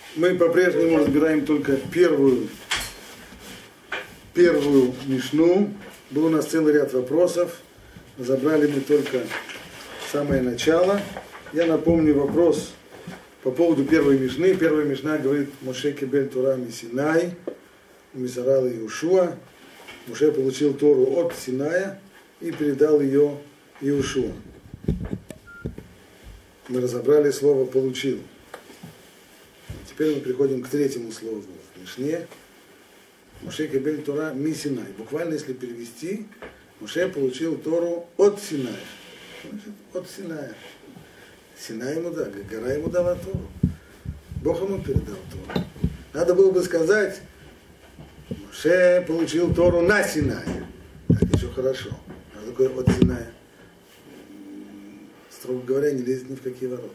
Мы по-прежнему разбираем только первую мишну. Был у нас целый ряд вопросов. Разобрали мы только самое начало. Я напомню вопрос по поводу первой мишны. Первая мишна говорит: Моше кибель Тора мисинай, мисарал Иешуа. Моше получил Тору от Синая и передал ее Иешуа. Мы разобрали слово «получил». Теперь мы приходим к третьему слову в Мишне. Моше кибель Тора мисинай. Буквально, если перевести, Моше получил Тору от Синая. Значит, от Синая. Синай ему дал, гора ему дала Тору. Бог ему передал Тору. Надо было бы сказать: Моше получил Тору на Синае. Так еще хорошо. А что такое от Синая? Строго говоря, не лезет ни в какие ворота.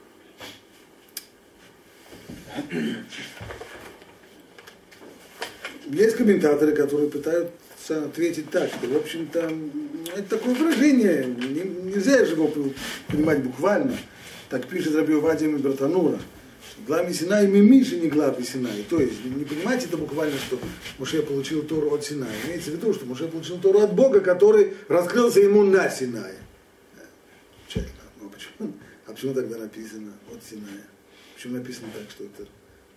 Есть комментаторы, которые пытаются ответить так, что, в общем-то, это такое выражение, нельзя же его понимать буквально. Так пишет Раби Овадия Мибертанура. Глав Синай мимиши не глав Синай. То есть, не понимаете это буквально, что Моше получил Тору от Синая. Имеется в виду, что Моше получил Тору от Бога, который раскрылся ему на Синае. Тщательно. Ну, почему? А почему тогда написано от Синая? Почему написано так, что это...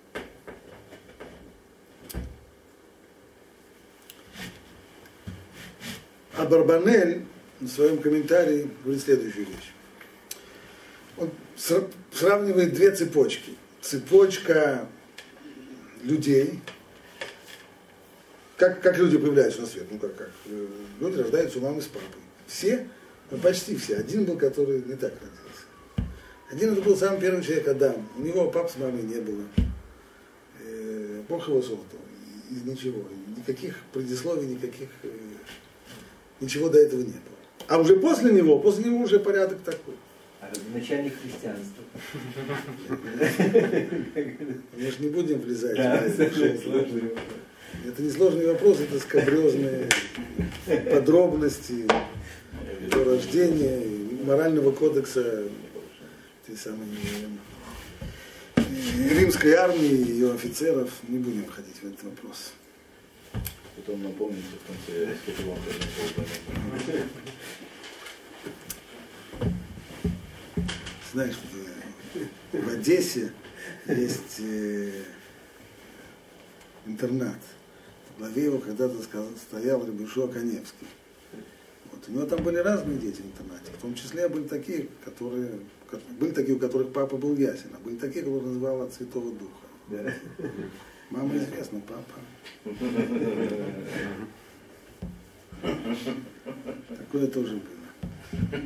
А Барбанель в своем комментарии говорит следующую вещь. Он сравнивает две цепочки. Цепочка людей. Как люди появляются на свет? Ну как? Люди рождаются у мамы с папой. Все, почти все. Один был, который не так родился. Один это был самый первый человек, Адам. У него пап с мамой не было. Бог его создал. Из ничего. Никаких предисловий, ничего до этого не было. А уже после него уже порядок такой. А начальник христианства. Мы же не будем влезать. Это не сложный вопрос, это скабрезные подробности до рождения, морального кодекса той самой римской армии и ее офицеров. Не будем входить в этот вопрос. Потом напомните в конце, сколько вам произошло. Знаешь, в Одессе есть интернат. В главе его когда-то стоял Раби Йошуа Каневский. Вот. У него там были разные дети в интернате. В том числе были такие, у которых папа был ясен, а были такие, которых называл от Святого Духа. Мама известна, папа. Такое тоже было.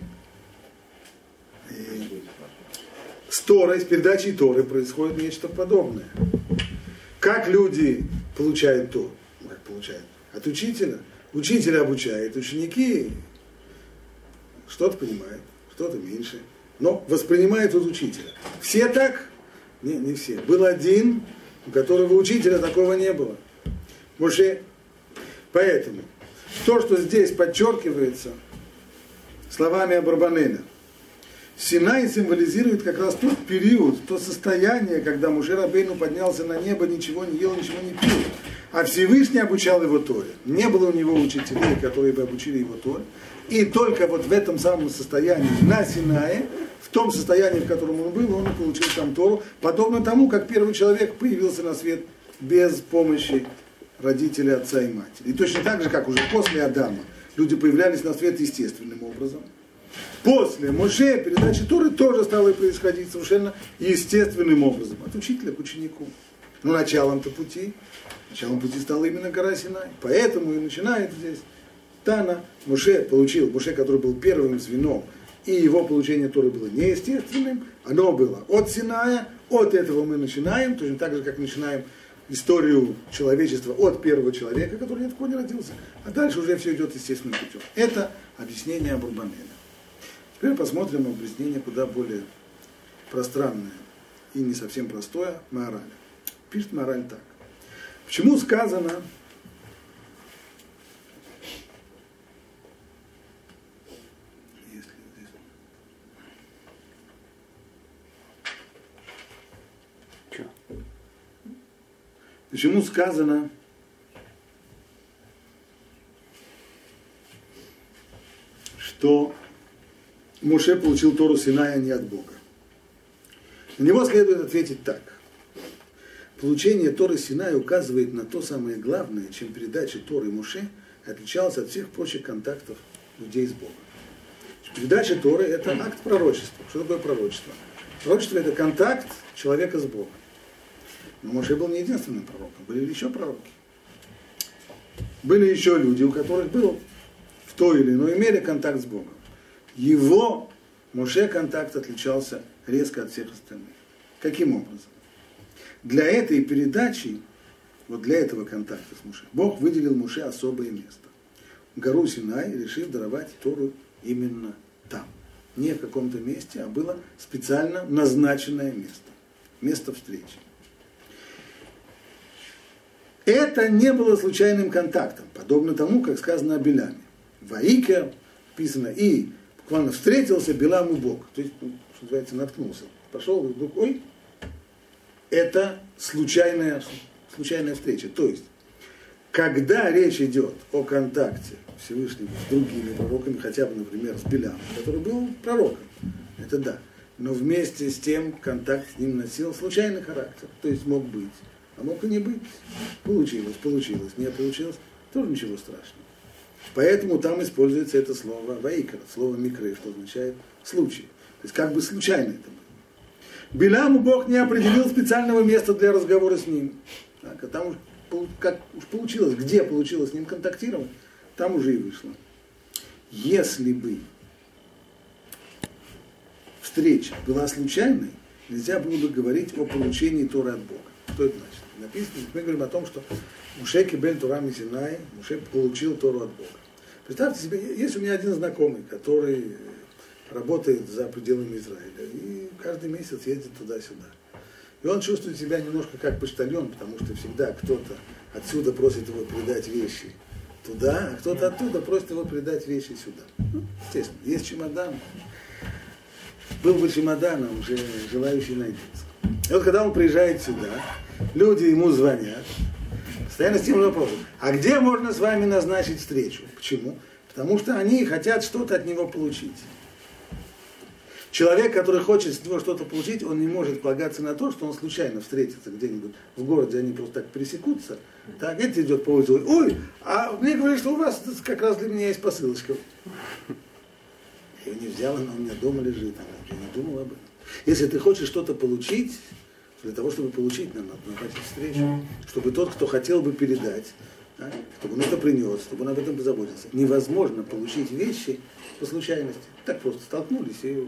И с Торой, с передачей Торы происходит нечто подобное. Как люди получают Тору? Как получают? От учителя. Учитель обучает, ученики что-то понимают, что-то меньше, но воспринимают от учителя. Все так? Не все. Был один, у которого учителя такого не было. Моше. Поэтому то, что здесь подчеркивается словами Абарбанеля, Синай символизирует как раз тот период, то состояние, когда Моше Рабейну поднялся на небо, ничего не ел, ничего не пил. А Всевышний обучал его Торе. Не было у него учителей, которые бы обучили его Торе. И только вот в этом самом состоянии, на Синае, в том состоянии, в котором он был, он получил там Тору, подобно тому, как первый человек появился на свет без помощи родителей, отца и матери. И точно так же, как уже после Адама, люди появлялись на свет естественным образом. После Моше передачи Торы тоже стало происходить совершенно естественным образом. От учителя к ученику. Но началом пути стала именно гора Синай. Поэтому и начинает здесь Тана. Моше, который был первым звеном, и его получение Торы было неестественным, оно было от Синая, от этого мы начинаем, точно так же, как начинаем историю человечества от первого человека, который ни от кого не родился, а дальше уже все идет естественным путем. Это объяснение Абарбанеля. Теперь посмотрим объяснение куда более пространное и не совсем простое Маораля. Пишет Маораль так. Почему сказано, Почему сказано, что Моше получил Тору Синая, а не от Бога? На него следует ответить так. Получение Торы Синая указывает на то самое главное, чем передача Торы Моше отличалась от всех прочих контактов людей с Богом. Передача Торы – это акт пророчества. Что такое пророчество? Пророчество – это контакт человека с Богом. Но Моше был не единственным пророком, были еще пророки. Были еще люди, у которых был в той или иной мере контакт с Богом. Его, Моше, контакт отличался резко от всех остальных. Каким образом? Для этой передачи, вот для этого контакта с Моше, Бог выделил Моше особое место. Гору Синай, решив даровать Тору именно там. Не в каком-то месте, а было специально назначенное место. Место встречи. Это не было случайным контактом, подобно тому, как сказано о Биляме. Ваикер, написано, и буквально встретился Билам и Бог. То есть, что называется, наткнулся. Пошел и вдруг, ой, это случайная встреча. То есть, когда речь идет о контакте Всевышнего с другими пророками, хотя бы, например, с Билямом, который был пророком, это да. Но вместе с тем контакт с ним носил случайный характер. То есть мог быть, а мог и не быть. Получилось, не получилось, тоже ничего страшного. Поэтому там используется это слово ваикар, слово микры, что означает случай. То есть как бы случайно это было. Биляму Бог не определил специального места для разговора с ним. Так, а там как уж получилось, где получилось с ним контактировать, там уже и вышло. Если бы встреча была случайной, нельзя было бы говорить о получении Торы от Бога. Что это значит? Написано, мы говорим о том, что Моше кибель Тора мисинай, Моше получил Тору от Бога. Представьте себе, есть у меня один знакомый, который работает за пределами Израиля, и каждый месяц ездит туда-сюда. И он чувствует себя немножко как почтальон, потому что всегда кто-то отсюда просит его передать вещи туда, а кто-то оттуда просит его передать вещи сюда. Ну, естественно, есть чемодан. Был бы чемоданом, уже желающий найдется. И вот когда он приезжает сюда, люди ему звонят, постоянно с тем же вопросом, а где можно с вами назначить встречу? Почему? Потому что они хотят что-то от него получить. Человек, который хочет с него что-то получить, он не может полагаться на то, что он случайно встретится где-нибудь в городе, они просто так пересекутся. Так, это идет по улице, ой, а мне говорят, что у вас как раз для меня есть посылочка. Я ее не взял, она у меня дома лежит, я не думал об этом. Если ты хочешь что-то получить, для того, чтобы получить, нам надо назначить встречу, чтобы тот, кто хотел бы передать, да, чтобы он это принес, чтобы он об этом позаботился. Невозможно получить вещи по случайности. Так просто столкнулись и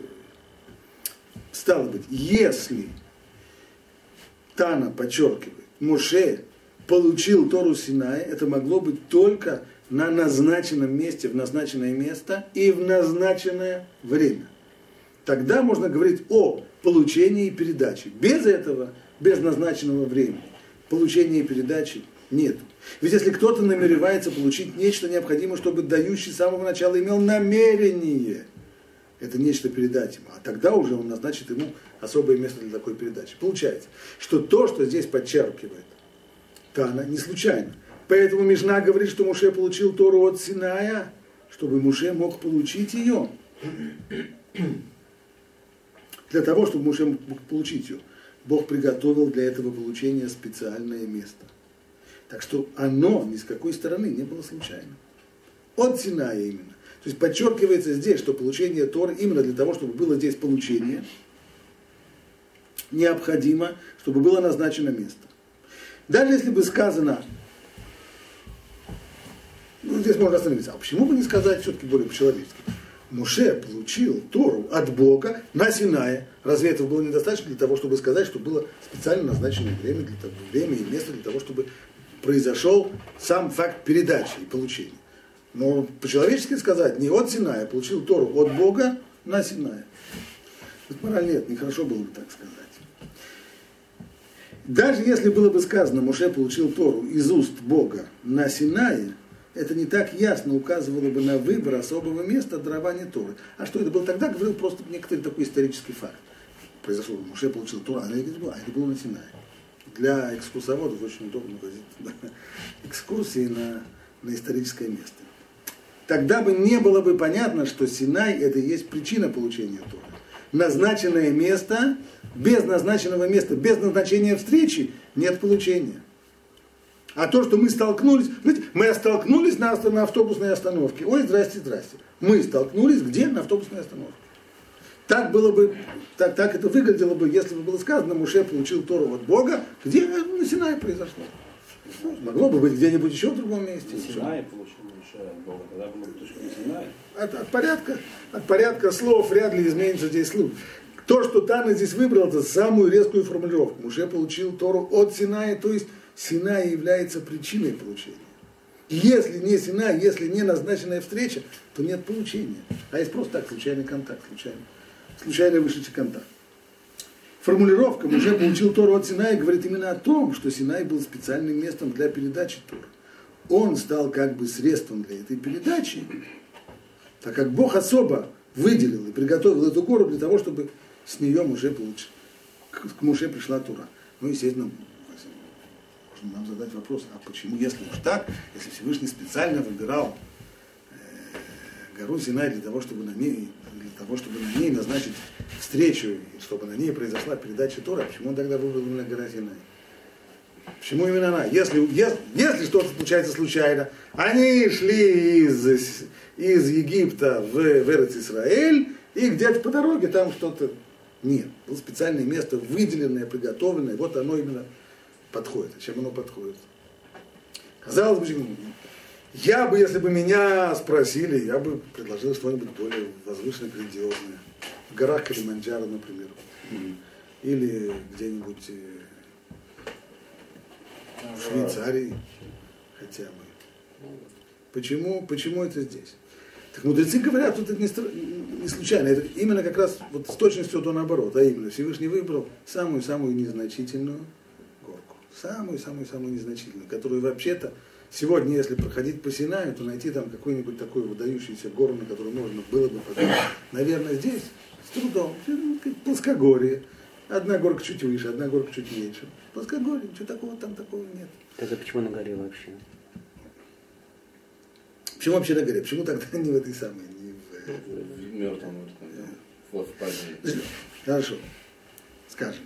стало быть, если Тана подчеркивает, Моше получил Тору Синай, это могло быть только на назначенном месте, в назначенное место и в назначенное время. Тогда можно говорить о получении и передаче. Без этого, без назначенного времени, получения и передачи нет. Ведь если кто-то намеревается получить нечто, необходимо, чтобы дающий с самого начала имел намерение это нечто передать ему. А тогда уже он назначит ему особое место для такой передачи. Получается, что то, что здесь подчеркивает Тана, не случайно. Поэтому Мишна говорит, что Моше получил Тору от Синая, чтобы Моше мог получить ее. Для того, чтобы Моше мог получить ее, Бог приготовил для этого получения специальное место. Так что оно ни с какой стороны не было случайным. От Синая именно. То есть подчеркивается здесь, что получение Торы именно для того, чтобы было здесь получение, необходимо, чтобы было назначено место. Даже если бы сказано, ну здесь можно остановиться, а почему бы не сказать все-таки более по-человечески? Моше получил Тору от Бога на Синае. Разве этого было недостаточно для того, чтобы сказать, что было специально назначенное время, время и место для того, чтобы произошел сам факт передачи и получения? Но по-человечески сказать, не от Синая, получил Тору от Бога на Синае. Вот мораль нет, нехорошо было бы так сказать. Даже если было бы сказано, Моше получил Тору из уст Бога на Синае, это не так ясно указывало бы на выбор особого места дарования Торы. А что это было тогда, говорил просто некоторый такой исторический факт. Произошел, Моше получил Тору, а это было на Синае. для экскурсоводов очень удобно возить туда экскурсии на историческое место. Тогда бы не было бы понятно, что Синай это и есть причина получения Торы. Назначенное место, без назначенного места, без назначения встречи нет получения. А то, что мы столкнулись, знаете, мы столкнулись на автобусной остановке. Ой, здрасте, здрасте. Мы столкнулись где? На автобусной остановке. Так было бы, так это выглядело бы, если бы было сказано, Моше получил Тору от Бога, где на Синае произошло. Могло бы быть где-нибудь еще в другом месте. На Синае получил Моше от Бога, тогда было бы точка на Синае. От порядка слов вряд ли изменится здесь слух. То, что Тана здесь выбрал, это самую резкую формулировку. Моше получил Тору от Синая, то есть Синай является причиной получения. Если не Синай, если не назначенная встреча, то нет получения. А есть просто так, случайный контакт, случайно вышедший контакт. Формулировка «Моше получил Тору от Синая» говорит именно о том, что Синай был специальным местом для передачи Торы. Он стал как бы средством для этой передачи, так как Бог особо выделил и приготовил эту гору для того, чтобы с нее к Моше пришла Тора. Ну, естественно, можно нам задать вопрос, а почему, если уж так, если Всевышний специально выбирал гору Синай для того, чтобы на ней назначить встречу, и чтобы на ней произошла передача Тора, почему он тогда выбрал именно гора Синай? Почему именно она? Если что-то случается случайно, они шли из Египта в Эрец-Исраэль, и где-то по дороге там что-то... Нет, было специальное место, выделенное, приготовленное, вот оно именно подходит. А чем оно подходит? Казалось бы, если бы меня спросили, я бы предложил что-нибудь более возвышенное, грандиозное. В горах Килиманджаро, например. Или где-нибудь в Швейцарии хотя бы. Почему это здесь? Так мудрецы говорят, тут это не случайно, это именно как раз вот с точностью до наоборот, а именно Всевышний выбрал самую-самую незначительную горку, самую-самую-самую незначительную, которую вообще-то сегодня, если проходить по Синаю, то найти там какую-нибудь такую выдающуюся гору, на которую можно было бы подумать. Наверное, здесь с трудом, плоскогорье, одна горка чуть выше, одна горка чуть меньше. Плоскогорье, ничего такого там такого нет. Тогда почему на горе вообще? Почему вообще на горе? Почему тогда не в этой самой, не В мертвом, в падении. Хорошо, скажем.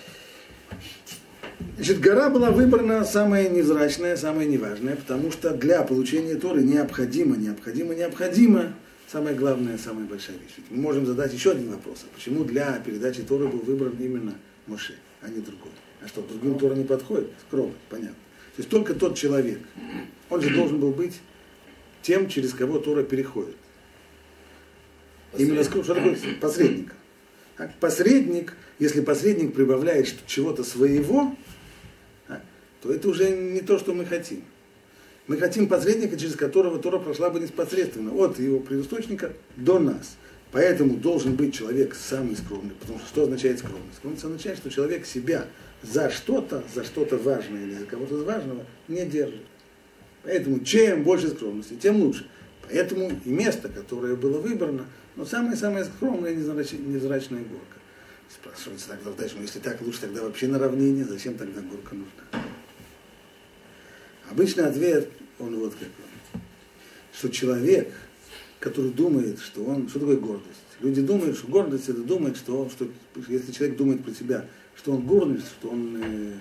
Значит, гора была выбрана самая невзрачная, самая неважная, потому что для получения Торы необходимо, самая главная, самая большая вещь. Мы можем задать еще один вопрос. Почему для передачи Торы был выбран именно Моше, а не другой? А что, другим Тора не подходит? Скромно, понятно. То есть только тот человек, он же должен был быть тем, через кого Тора переходит. Именно что такое посредник? Посредник, если посредник прибавляет чего-то своего, то это уже не то, что мы хотим. Мы хотим посредника, через которого Тора прошла бы непосредственно, от его предисточника до нас. Поэтому должен быть человек самый скромный. Потому что означает скромность? Скромность означает, что человек себя за что-то важное или за кого-то важного не держит. Поэтому чем больше скромности, тем лучше. Поэтому и место, которое было выбрано, самая скромная невзрачная горка. Спрашивается тогда дальше, если так лучше, тогда вообще на равнине, зачем тогда горка нужна? Обычный ответ, он вот какой. Что человек, который думает, что такое гордость? Люди думают, что гордость это думает, что если человек думает про себя, что он гордость, что он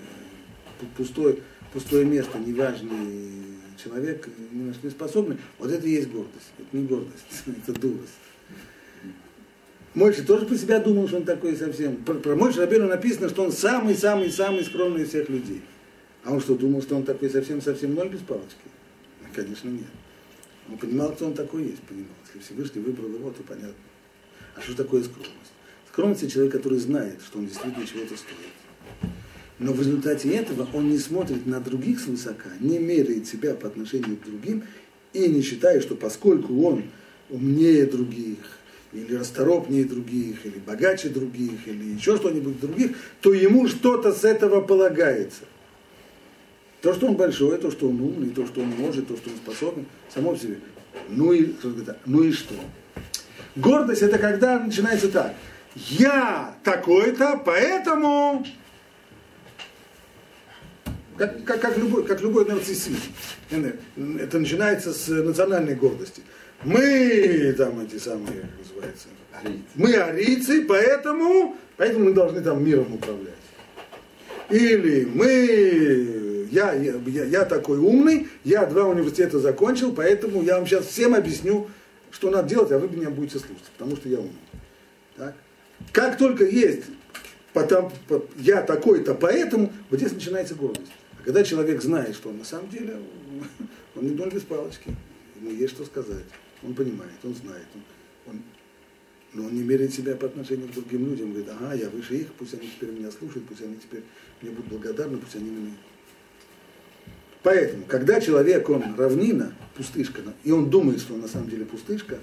пустое место, неважный человек, ни на что не способный, вот это и есть гордость. Это не гордость, это дурость. Мойша тоже про себя думал, что он такой совсем. Про Мойшу Рабейну написано, что он самый-самый-самый скромный из всех людей. А он что, думал, что он такой совсем ноль без палочки? Конечно, нет. Он понимал, кто он такой есть, понимал. Если Всевышний выбрал его, то понятно. А что такое скромность? Скромность – это человек, который знает, что он действительно чего-то стоит. Но в результате этого он не смотрит на других свысока, не меряет себя по отношению к другим и не считает, что поскольку он умнее других, или расторопнее других, или богаче других, или еще что-нибудь других, то ему что-то с этого полагается. То, что он большой, то, что он умный, то, что он может, то, что он способен, само по себе. Ну и что? Гордость – это когда начинается так. Я такой-то, поэтому как любой нарциссизм. Это начинается с национальной гордости. Мы там эти самые, как называется, мы арийцы, поэтому мы должны там миром управлять. Или я такой умный, я 2 университета закончил, поэтому я вам сейчас всем объясню, что надо делать, а вы меня будете слушать, потому что я умный. Так? Как только есть я такой-то, поэтому, вот здесь начинается гордость. А когда человек знает, что он на самом деле, он не донь без палочки, ему есть что сказать, он понимает, он знает, но он не меряет себя по отношению к другим людям, говорит, ага, я выше их, пусть они теперь меня слушают, пусть они теперь мне будут благодарны, пусть они меня... Поэтому, когда человек, он равнина, пустышка, и он думает, что он на самом деле пустышка,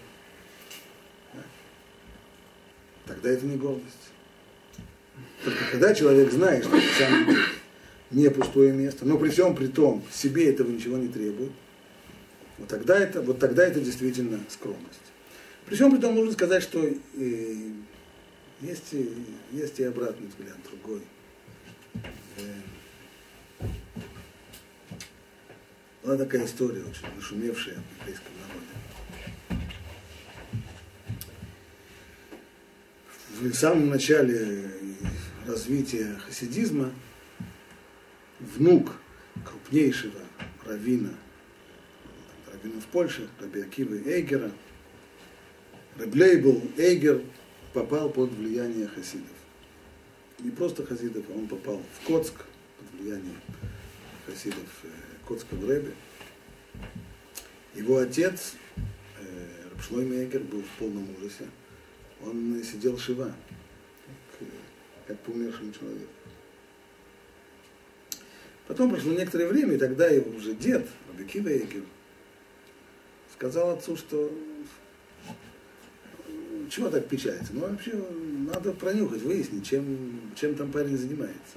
тогда это не гордость. Только когда человек знает, что на самом деле не пустое место, но при всем при том себе этого ничего не требует, вот тогда это действительно скромность. При всем при том нужно сказать, что есть и обратный взгляд, другой. Была такая история, очень нашумевшая в еврейском народе. В самом начале развития хасидизма внук крупнейшего раввина в Польше, Раби Акивы Эйгера, Рeb Лейбл Эйгер попал под влияние хасидов. Не просто хасидов, а он попал в Коцк под влияние хасидов Коцкого Ребе. Его отец, Рeb Шлоймо Эйгер, был в полном ужасе. Он сидел шива, как по умершему человеку. Потом прошло некоторое время, и тогда его уже дед, Раби Акива Эйгер, сказал отцу, что чего так печалится? Ну, вообще, надо пронюхать, выяснить, чем там парень занимается.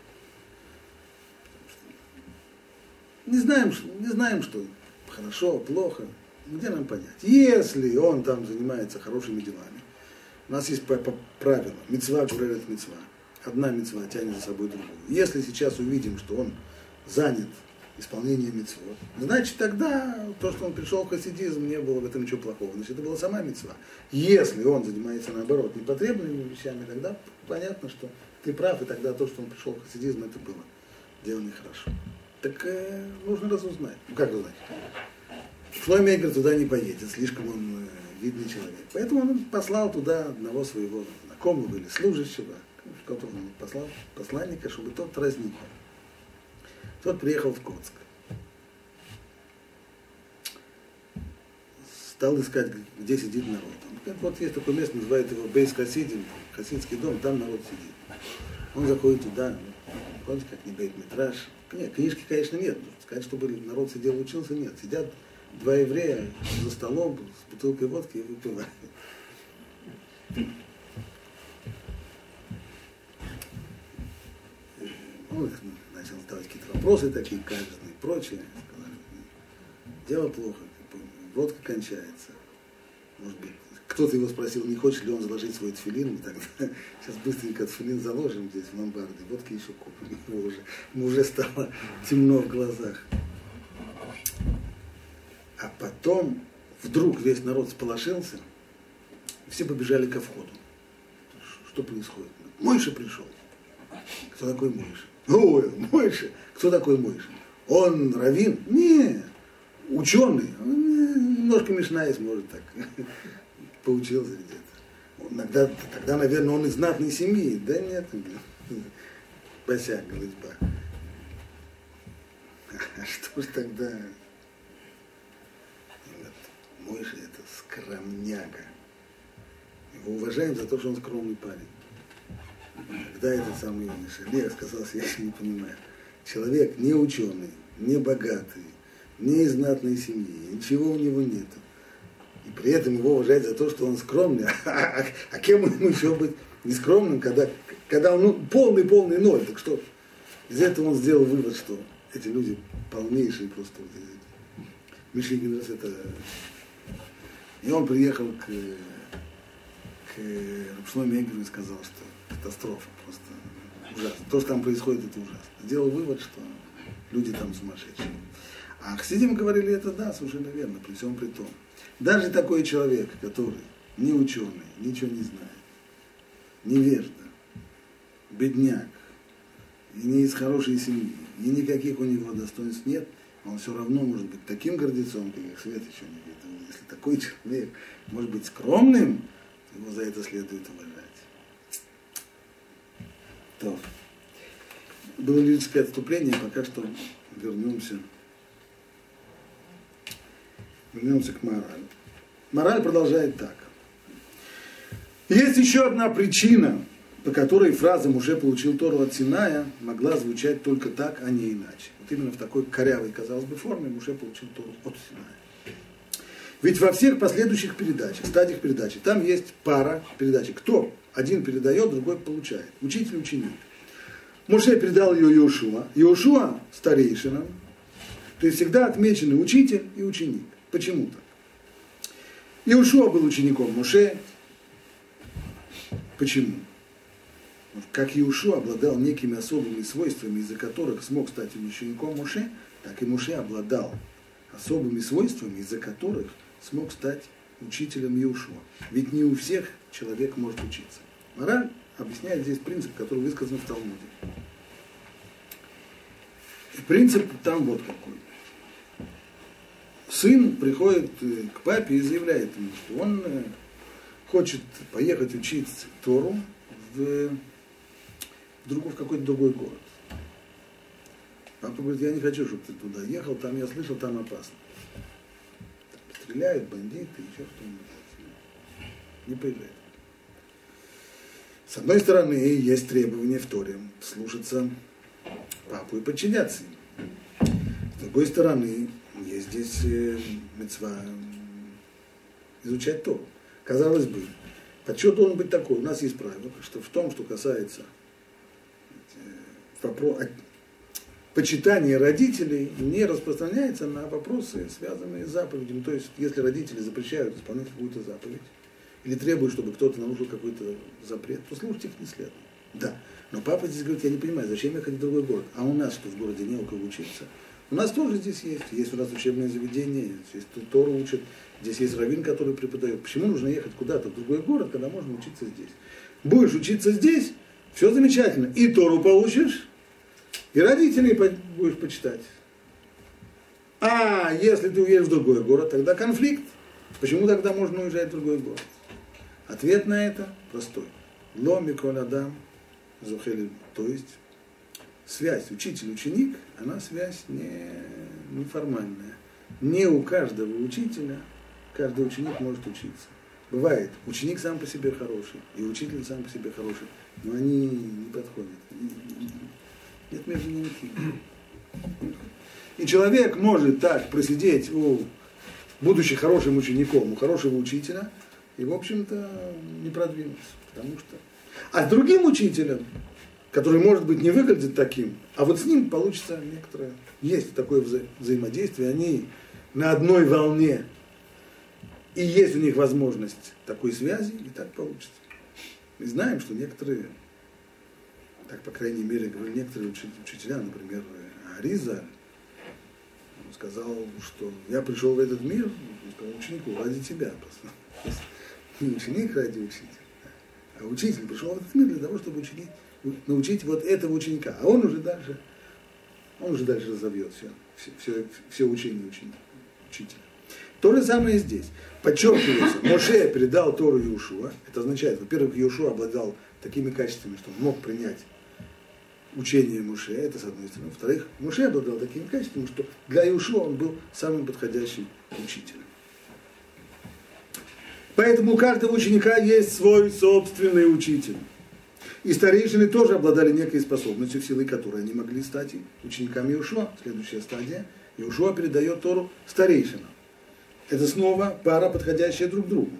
Не знаем, что хорошо, плохо, где нам понять. Если он там занимается хорошими делами, у нас есть правило, мицва гуререт мицва. Одна мицва тянет за собой другую. Если сейчас увидим, что он занят исполнением мицвот, значит тогда то, что он пришел в хасидизм, не было в этом ничего плохого. Значит, это была сама мицва. Если он занимается, наоборот, непотребными вещами, тогда понятно, что ты прав, и тогда то, что он пришел в хасидизм, это было дело нехорошо. Так нужно разузнать. Ну как узнать? Шлоймо Эйгер туда не поедет, слишком он видный человек. Поэтому он послал туда одного своего знакомого или служащего, которого он послал, посланника, чтобы тот разник. Тот приехал в Коцк. Стал искать, где сидит народ. Он говорит, вот есть такое место, называют его Бейс Хасидим, хасидский дом, там народ сидит. Он заходит туда, помните, как не бейт мидраш. Нет, книжки, конечно, нет. Сказать, чтобы народ сидел и учился, нет. Сидят 2 еврея за столом с бутылкой водки и выпивают. Он их начал задавать какие-то вопросы такие качественные и прочее. Сказали, дело плохо, водка кончается. Может быть, кто-то его спросил, не хочет ли он заложить свой тфилин. Тогда сейчас быстренько тфилин заложим здесь в ломбарде, водки еще купим. Ему уже стало темно в глазах. А потом вдруг весь народ сполошился, все побежали ко входу. Что происходит? Мойша пришел. Кто такой Мойша? Ой, Мойша. Кто такой Мойша? Он раввин? Не, ученый. Он немножко мишнайс, может, так. Поучился где-то. Тогда, наверное, он из знатной семьи. Да нет, босяк, голытьба. А что ж тогда? Мойша это скромняга. Его уважаем за то, что он скромный парень. Когда этот самый Лех сказал, я еще не понимаю, человек не ученый, не богатый, не из знатной семьи, ничего у него нету. И при этом его уважать за то, что он скромный. А кем ему еще быть нескромным, когда он полный ноль? Так что из этого он сделал вывод, что эти люди полнейшие просто. Мишигин это... И он приехал к Рeb Шлоймо Эйгеру и сказал, что катастрофа, просто ужасно. То, что там происходит, это ужасно. Сделал вывод, что люди там сумасшедшие. А хасидим говорили это, да, совершенно верно, при всем при том. Даже такой человек, который не ученый, ничего не знает, невежда, бедняк, и не из хорошей семьи, и никаких у него достоинств нет, он все равно может быть таким гордецом, как их Свет еще не видел. Если такой человек может быть скромным, то его за это следует уважать. То. Было лирическое отступление, пока что вернемся к морали. Мораль продолжает так. Есть еще одна причина, по которой фраза «Муше получил Тору от Синая» могла звучать только так, а не иначе. Вот именно в такой корявой, казалось бы, форме Муше получил Тору от Синая. Ведь во всех последующих передачах, стадиях передачи, там есть пара передачи. Кто? Один передает, другой получает. Учитель и ученик. Муше передал ее Йошуа. Йошуа старейшинам. То есть всегда отмечены учитель и ученик. Почему так? Йошуа был учеником Муше. Почему? Как Йошуа обладал некими особыми свойствами, из-за которых смог стать учеником Муше, так и Муше обладал особыми свойствами, из-за которых смог стать учителем Йошуа. Ведь не у всех человек может учиться. Мораль объясняет здесь принцип, который высказан в Талмуде. И принцип там вот какой. Сын приходит к папе и заявляет ему, что он хочет поехать учить Тору в какой-то другой город. Папа говорит, я не хочу, чтобы ты туда ехал, там я слышал, там опасно. Там стреляют, бандиты, еще что-нибудь. Не поезжай. С одной стороны, есть требования в Торе слушаться папу и подчиняться им. С другой стороны, есть здесь мицва изучать Тору. Казалось бы, подсчет должен быть такой. У нас есть правило, что в том, что касается почитания родителей, не распространяется на вопросы, связанные с заповедями. То есть, если родители запрещают исполнять какую-то заповедь, или требуют, чтобы кто-то нарушил какой-то запрет, то слушать их не следует. Да. Но папа здесь говорит, я не понимаю, зачем ехать в другой город? А у нас что, в городе не у кого учиться? У нас тоже здесь есть. Есть у нас учебное заведение, здесь Тору учат, здесь есть раввин, который преподает. Почему нужно ехать куда-то в другой город, когда можно учиться здесь? Будешь учиться здесь, все замечательно. И Тору получишь, и родителей будешь почитать. А если ты уедешь в другой город, тогда конфликт. Почему тогда можно уезжать в другой город? Ответ на это простой. Ло миколь адам зухели. То есть связь учитель-ученик, она связь не формальная. Не у каждого учителя каждый ученик может учиться. Бывает, ученик сам по себе хороший, и учитель сам по себе хороший, но они не подходят. Нет между ними химии. И человек может так просидеть будучи хорошим учеником, у хорошего учителя, и, в общем-то, не продвинуться. Потому что... А с другим учителем, который, может быть, не выглядит таким, а вот с ним получится некоторое... Есть такое взаимодействие, они на одной волне, и есть у них возможность такой связи, и так получится. Мы знаем, что некоторые, так, по крайней мере, говорили некоторые учителя, например, Аризаль, он сказал, что я пришел в этот мир, сказал, ученику ради тебя. Не ученик ради учителя, а учитель пришел в этот мир для того, чтобы научить вот этого ученика. А он уже дальше разовьет все учение учителя. То же самое и здесь. Подчеркивается, Моше передал Тору Йошуа. Это означает, во-первых, Йошуа обладал такими качествами, что он мог принять учение Моше, это с одной стороны. Во-вторых, Моше обладал такими качествами, что для Йошуа он был самым подходящим учителем. Поэтому у каждого ученика есть свой собственный учитель. И старейшины тоже обладали некой способностью, силой которой они могли стать учениками Йошуа. Следующая стадия. Йошуа передает Тору старейшинам. Это снова пара, подходящая друг к другу.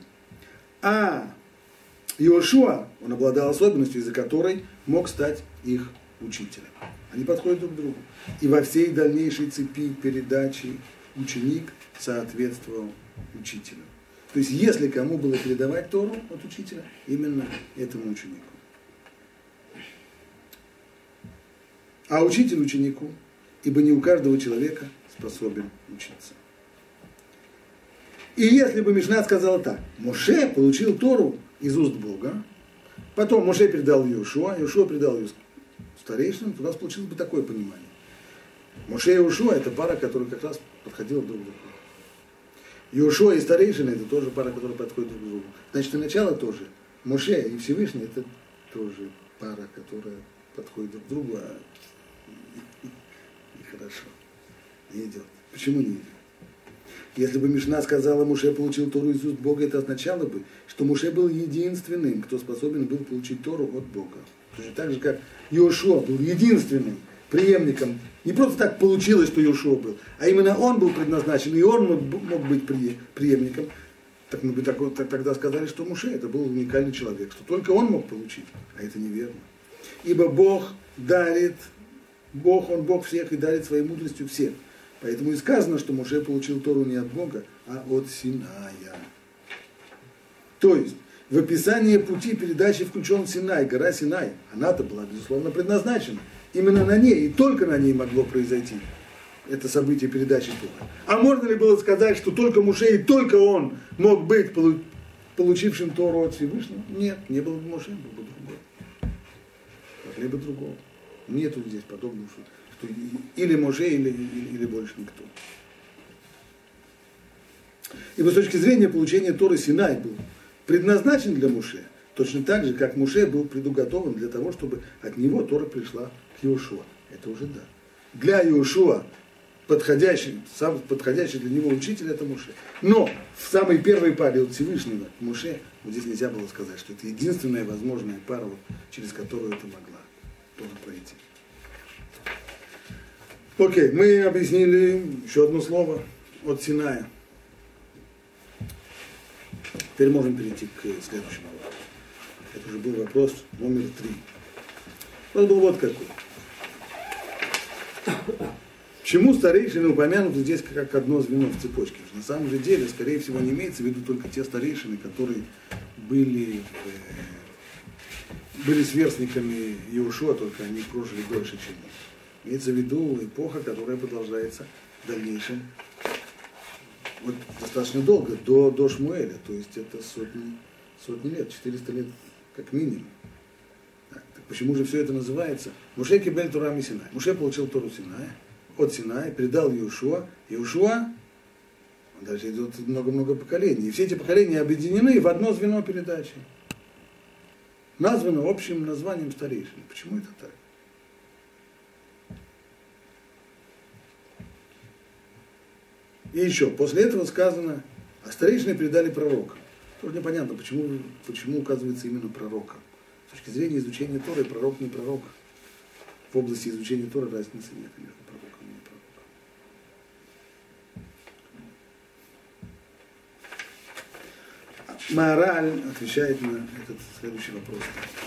А Йошуа, он обладал особенностью, из-за которой мог стать их учителем. Они подходят друг к другу. И во всей дальнейшей цепи передачи ученик соответствовал учителю. То есть, если кому было передавать Тору от учителя, именно этому ученику. А учитель ученику. ибо не у каждого человека способен учиться. И если бы Мишна сказала так, Моше получил Тору из уст Бога, потом Моше передал Йошуа, Йошуа передал ее старейшинам, то у нас получилось бы такое понимание. Моше и Йошуа – это пара, которая как раз подходила друг к другу. Йошуа и старейшины – это тоже пара, которая подходит друг к другу. Значит, и начало тоже. Моше и Всевышний – это тоже пара, которая подходит друг к другу, а нехорошо. Не идет. Почему не идет? Если бы Мишна сказала, Моше получил Тору из уст Бога, это означало бы, что Моше был единственным, кто способен был получить Тору от Бога. Точно так же, как Йошуа был единственным преемником. Не просто так получилось, что Йошуа был, а именно он был предназначен, и он мог быть преемником. Так мы бы тогда сказали, что Моше это был уникальный человек, что только он мог получить, а это неверно. Ибо Бог дарит, Он Бог всех и дарит своей мудростью всех. Поэтому и сказано, что Моше получил Тору не от Бога, а от Синая. То есть, в описании пути передачи включен Синай, гора Синай. Она-то была, безусловно, предназначена. Именно на ней, и только на ней могло произойти это событие передачи Торы. А можно ли было сказать, что только Моше и только он мог быть получившим Тору от Всевышнего? Нет, не было бы Моше, был бы другой. Могли бы другого. Нету здесь подобного, что или Моше, или больше никто. Ибо с точки зрения получения Торы Синай был предназначен для Моше, точно так же, как Моше был предуготован для того, чтобы от него Тора пришла к Йошуа. Это уже да. Для Йошуа подходящий для него учитель это Моше. Но в самой первой паре от Всевышнего к Моше, вот здесь нельзя было сказать, что это единственная возможная пара, вот, через которую это могла Тора пройти. Окей, мы объяснили еще одно слово от Синая. Теперь можем перейти к следующему вопросу. Это уже был вопрос номер 3. Он был вот какой. Почему старейшины упомянуты здесь как одно звено в цепочке? На самом же деле, скорее всего, не имеется в виду только те старейшины, которые были сверстниками Йошуа, только они прожили дольше, чем он. Имеется в виду эпоха, которая продолжается в дальнейшем вот достаточно долго, до Шмуэля, то есть это сотни лет, 400 лет как минимум. Так почему же все это называется? Моше кибель Тора ми Синай. Моше получил Тору от Синая, передал Йошуа. Йошуа, дальше идет много-много поколений. И все эти поколения объединены в одно звено передачи. Названо общим названием старейшин. Почему это так? И еще, после этого сказано, а старейшины передали пророкам. Тоже непонятно, почему указывается именно пророкам. С точки зрения изучения Торы, пророк не пророк. В области изучения Торы разницы нет между пророком и непророком. Маораль отвечает на этот следующий вопрос.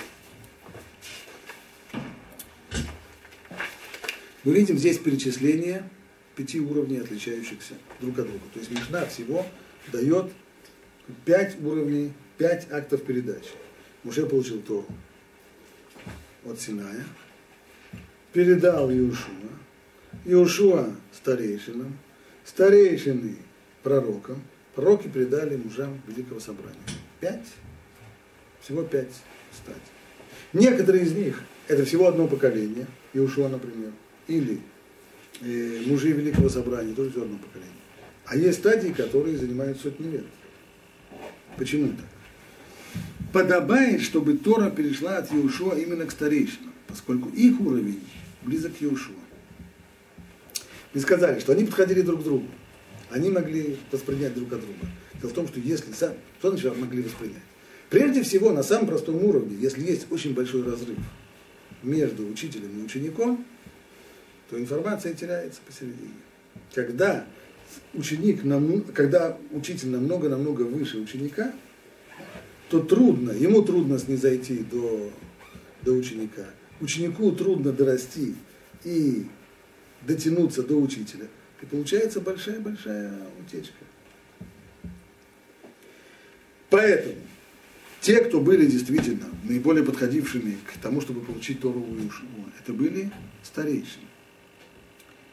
Мы видим здесь перечисление 5 уровней, отличающихся друг от друга. То есть Мишна всего дает 5 уровней, 5 актов передачи. Моше получил Тору от Синая, передал Йошуа, Йошуа старейшинам, старейшины пророкам, пророки передали мужам Великого Собрания. 5, всего 5 стадий. Некоторые из них это всего одно поколение, Йошуа, например, или мужи Великого Собрания, тоже все одно поколение. А есть стадии, которые занимают сотни лет. Почему так? Подобает, чтобы Тора перешла от Йошуа именно к старейшинам, поскольку их уровень близок к Йошуа. Мы сказали, что они подходили друг к другу. Они могли воспринять друг от друга. Дело в том, что что значит могли воспринять? Прежде всего, на самом простом уровне, если есть очень большой разрыв между учителем и учеником, то информация теряется посередине. Когда учитель намного выше ученика, то ему трудно снизойти до ученика. Ученику трудно дорасти и дотянуться до учителя. И получается большая-большая утечка. Поэтому те, кто были действительно наиболее подходившими к тому, чтобы получить Тору у Йошуа, это были старейшины.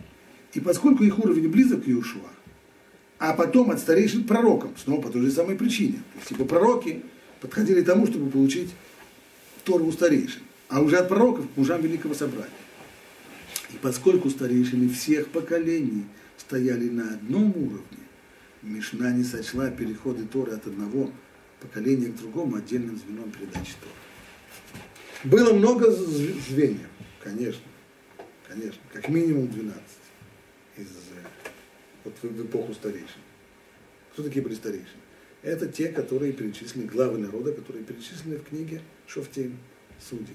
И поскольку их уровень близок к Иешуа, а потом от старейшин пророкам, снова по той же самой причине. То есть, пророки подходили к тому, чтобы получить Тору у старейшин, а уже от пророков к мужам Великого Собрания. И поскольку старейшины всех поколений стояли на одном уровне, Мишна не сочла переходы Торы от одного поколения к другому отдельным звеном передачи Торы. Было много звеньев, конечно, как минимум 12 вот в эпоху старейшин. Кто такие были старейшины? Это те, которые перечислены, главы народа, которые перечислены в книге Шофтим, Судей.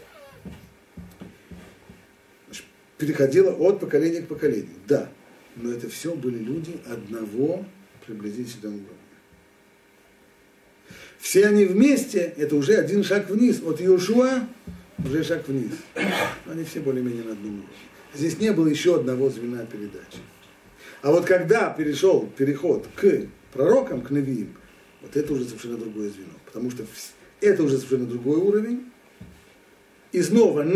Значит, переходило от поколения к поколению, да, но это все были люди одного приблизительного уровня. Все они вместе, это уже один шаг вниз, от Иешуа уже шаг вниз. Но они все более-менее на одном уровне. Здесь не было еще одного звена передачи. А вот когда переход к пророкам, к Невиим, вот это уже совершенно другое звено. Потому что это уже совершенно другой уровень. И снова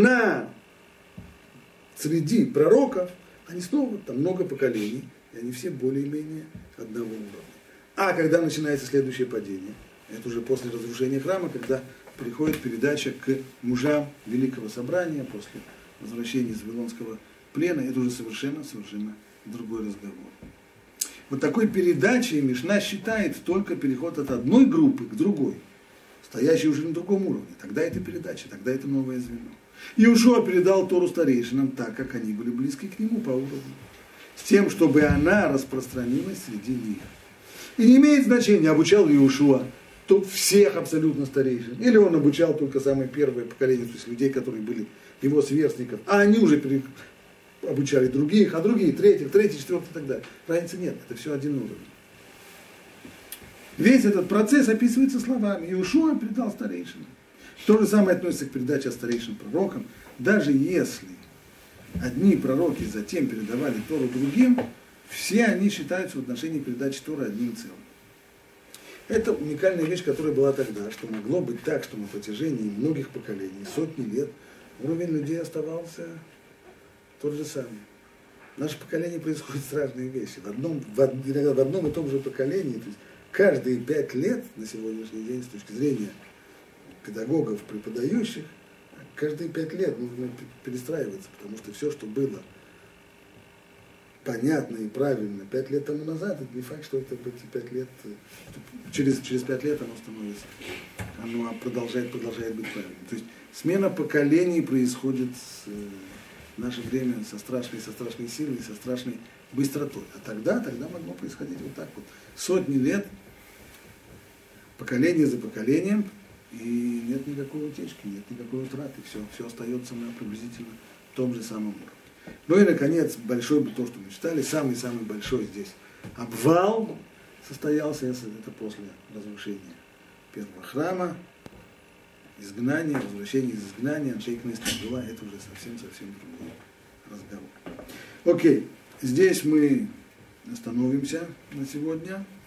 среди пророков, они снова, там много поколений, и они все более-менее одного уровня. А когда начинается следующее падение, это уже после разрушения храма, когда приходит передача к мужам Великого Собрания, после возвращения из Вавилонского плена, это уже совершенно другой разговор. Вот такой передачей Мишна считает только переход от одной группы к другой, стоящей уже на другом уровне. Тогда это передача, тогда это новое звено. Иешуа передал Тору старейшинам так, как они были близки к нему по уровню, с тем, чтобы она распространилась среди них. И не имеет значения, обучал ли Иешуа всех абсолютно старейшин, или он обучал только самое первое поколение, то есть людей, которые были его сверстников, а они уже обучали других, а другие, третий, четвертый и так далее. Разницы нет, это все один уровень. Весь этот процесс описывается словами. Иешуа передал старейшинам. То же самое относится к передаче от старейшин пророкам. Даже если одни пророки затем передавали Тору другим, все они считаются в отношении передачи Торы одним целым. Это уникальная вещь, которая была тогда, что могло быть так, что на протяжении многих поколений, сотни лет, уровень людей оставался тот же самый. В наше поколение происходят разные вещи. Иногда в одном и том же поколении, то есть каждые 5 лет на сегодняшний день, с точки зрения педагогов, преподающих, каждые 5 лет нужно перестраиваться, потому что все, что было понятно и правильно 5 лет тому назад, это не факт, что это эти 5 лет, через 5 лет оно продолжает быть правильным. То есть смена поколений происходит в наше время со страшной силой, со страшной быстротой. А тогда могло происходить вот так вот. Сотни лет, поколение за поколением, и нет никакой утечки, нет никакой утраты. Все остается на приблизительно том же самом уровне. Ну и, наконец, большой, то, что мы читали, самый большой здесь обвал состоялся, это после разрушения первого храма, изгнание, возвращение из изгнания, Аншей Кнессет Гдула, это уже совсем другой разговор. Окей, здесь мы остановимся на сегодня.